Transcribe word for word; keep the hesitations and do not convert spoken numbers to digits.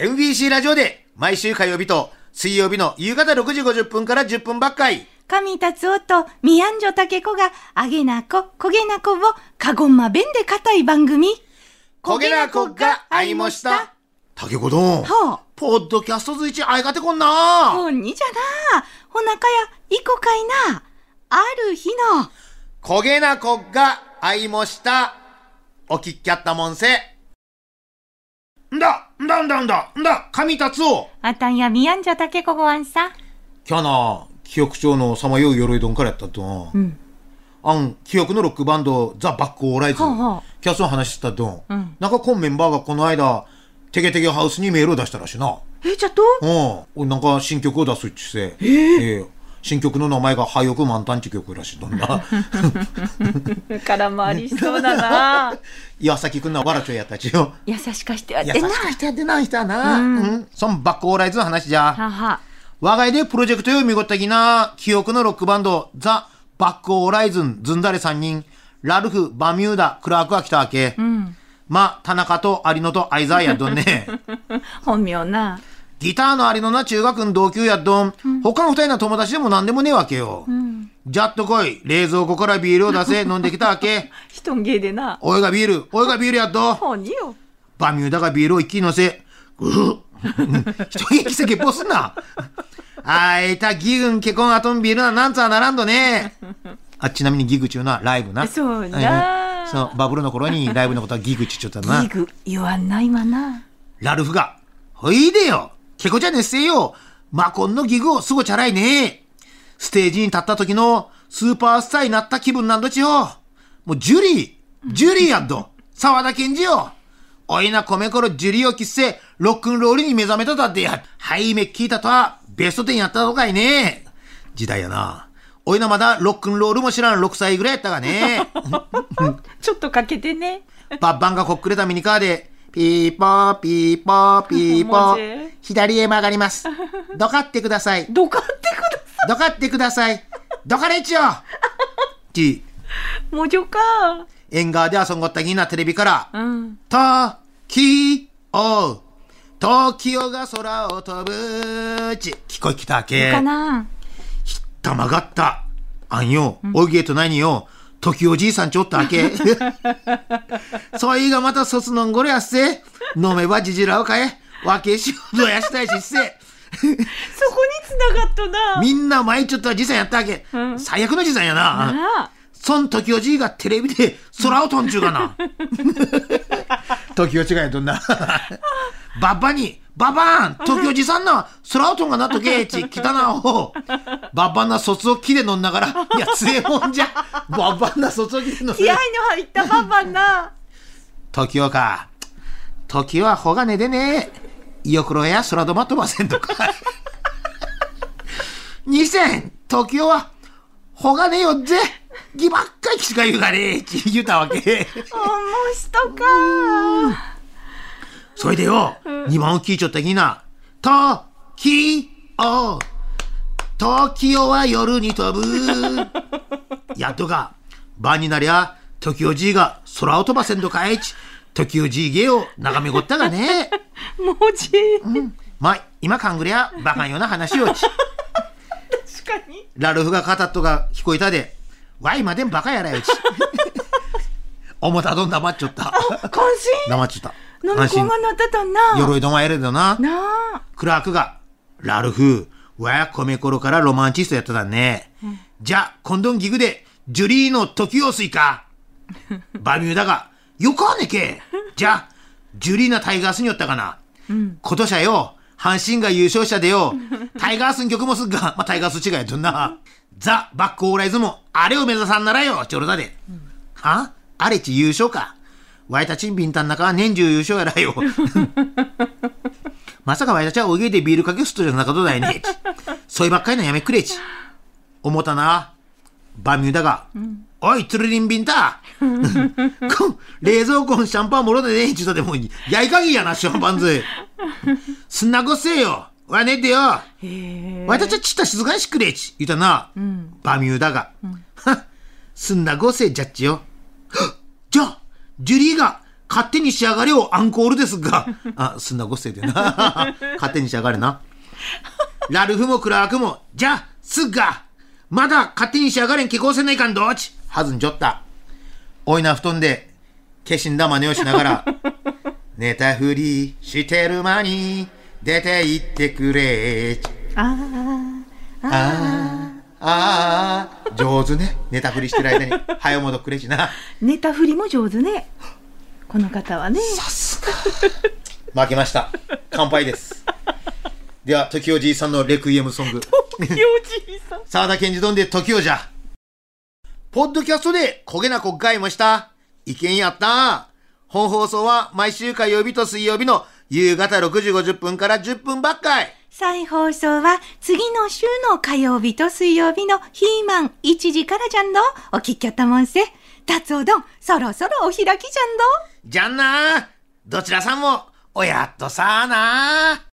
エムビーシー ラジオで毎週火曜日と水曜日の夕方ろくじごじゅっぷんからじゅっぷんばっかり。 上達夫と宮女竹子があげなこ、こげなこをかごんま弁で固い番組。 こげなこが会いました。竹子どん。 はあ、 ポッドキャストずいちあいがてこんな。 ほんにじゃな。ほなかや、いこかいな。ある日の。 こげなこが会いました。おきっきゃったもんせ。んだ、んだんだんだ、んだ、上達夫。 あたんや宮女竹子ごわんさ。 今日な、記憶帳のさまよう鎧丼からやったとな。 うん。 あん、記憶のロックバンド、ザ・バック・オーライズ。 はあはあ、 キャスの話したと、 うん、 なんかこんメンバーがこの間、テケテケハウスにメールを出したらしいな。 え、ちょっとうん。なんか新曲を出すっちして。 えー、 えー、新曲の名前が廃屋満タンって曲らしい。どんな空回りしそうだな。 岩崎くんの笑っちょいやったちよ。 優しかしてやってな。 優しかしてやってない人やな。うん。うん、そんバックオーライズの話じゃ。 はは。 我が家でプロジェクトよ見事的な記憶のロックバンド、ザ・バックオーライズン、ずんだれさんにん、ラルフ、バミューダ、クラークが来たわけ。うん。まあ、田中と有野と相沢やっどんね。 本名な。 ギターの有野な中学の同級やっどん。うん、他の二人の友達でも何でもねえわけよ。うん、じゃっと来い。冷蔵庫からビールを出せ。飲んできたわけ。 人んげえでな。 おいがビール。おいがビールやっと。 ほんによ。 バミューダがビールを一気に乗せ。うぅ。人元気せけっぽすんな。あいたギグンケコンアトンビールななんつはならんとね。あ、ちなみにギグ中なライブな。 そうな。 そう、バブルの頃にライブのことはギグちちょったな。 ギグ言わんないわな。 ラルフが、ほいでよ。ケコじゃねっせよ。マコンのギグをすごちゃらいね。ステージに立った時のスーパースターになった気分なんどちよ。もうジュリー、ジュリーやっど。沢田健二よ。おいな米頃ジュリーを喫せ、ロックンロールに目覚めただってや。はいめ聞いたとは、ベストテンやったとかいね。時代やな。おいなまだロックンロールも知らんろくさいぐらいやったがね。 ちょっとかけてね。 バッバンがこっくれたミニカーで、ピーポーピーポーピーポー。左へ曲がります。どかってください。 どかってください。 どかってください。どかれっちよ。ち。 もじょか。 縁側で遊んごったぎなテレビから、 うん。 ときおう。ときおが空を飛ぶち。聞こえきたわけ。 かな。 ひったまがった。あんよ、うん、おいげと何よ。時おじいさんちょったわけ。そいがまた卒のんごろやっせ。飲めばじじらをかえ。わけしほどやしたいしっせ。 そこに繋がっとな。 みんな前ちょっとはじいさんやったわけ。うん、最悪のじいさんやな。なあ。そん時おじいがテレビで空を飛んちゅうかな。時お違いやとんな。バッバに、ババーン時おじさんな、空を飛んがなっとけち、来たなお。バッバンな卒を木で飲んながら、いや、強えもんじゃ。バッバンな卒を木で飲んながら。 気合いの入ったバッバンな。 時おか。時はほがねでね。よくろや空飛ば飛ばせんとか。にせん、時おは、ほがねよぜ。ぎばっかりしか言うがねえち言うたわけ。 おもしとか。 それでよ、うん、にばんを聞いちょったきな。ときお。ときおは夜に飛ぶ。やっとか。晩になりゃ、ときおじいが空を飛ばせんとかいち。ときおじいげを眺めごったがね。 もじ、 うん。まあ、今かんぐりゃ、バカんような話をち。 確かに。 ラルフが語っとが聞こえたで。わいまでんバカやらよち。おもたどん黙っちょった。 あ、関心黙っちょった。 何こがなってたんな。 鎧どまやれどな。 なあ。 クラークが、ラルフ、わや米頃からロマンチストやっただね。うん、じゃ、今度のギグで、ジュリーの時をすいか。バミューダが、よかねけ。じゃ、ジュリーなタイガースによったかな。うん、今年はよ、阪神が優勝したでよ、タイガースの曲もすっが、まあ、タイガース違いやとんな。ザ・バックオーライズも、あれを目指さんならよ、ちょろだで。うん、はあれち優勝か。わいたちんビンタん中は年中優勝やらよ。まさかわいたちはおげでビールかけすとじゃなかとだよね。そういうばっかりのやめくれち。思ったな。バミューダが、うん、おい、トゥルリンビンタ。冷蔵庫のシャンパンもろでねえちゅうとでも、やいかぎやな、シャンパンず。すんなこっせえよ。わねえでよ。わいたちはちった静かにしくれち。言うたな。うん、バミューダが。うん、すんなこっせえじゃっちよ。じゃあ、ジュリーが勝手に仕上がれをアンコールですが、あ、すんなごっせいでな。勝手に仕上がれな。ラルフもクラークも、じゃあ、すっが、まだ勝手に仕上がれんけこうせないかんどっち。はずんじょった。おいな布団で、けしんだ真似をしながら、寝たふりしてる間に、出て行ってくれ。 あー、あー、 あー、あー、上手ね。寝たふりしてる間に、早戻っくれしな。 寝たふりも上手ね。この方はね。 さすが。負けました。乾杯です。では、時おじいさんのレクイエムソング。 時おじいさん。 沢田健二丼で時おじゃ。ポッドキャストで焦げな国会もした。意見やった。本放送は毎週火曜日と水曜日の夕方ろくじごじゅっぷんからじゅっぷんばっかい。 再放送は次の週の火曜日と水曜日のヒーマンいちじからじゃんど。お聞きやったもんせ。達おどん、そろそろお開きじゃんど。 じゃんな。どちらさんも、おやっとさあな。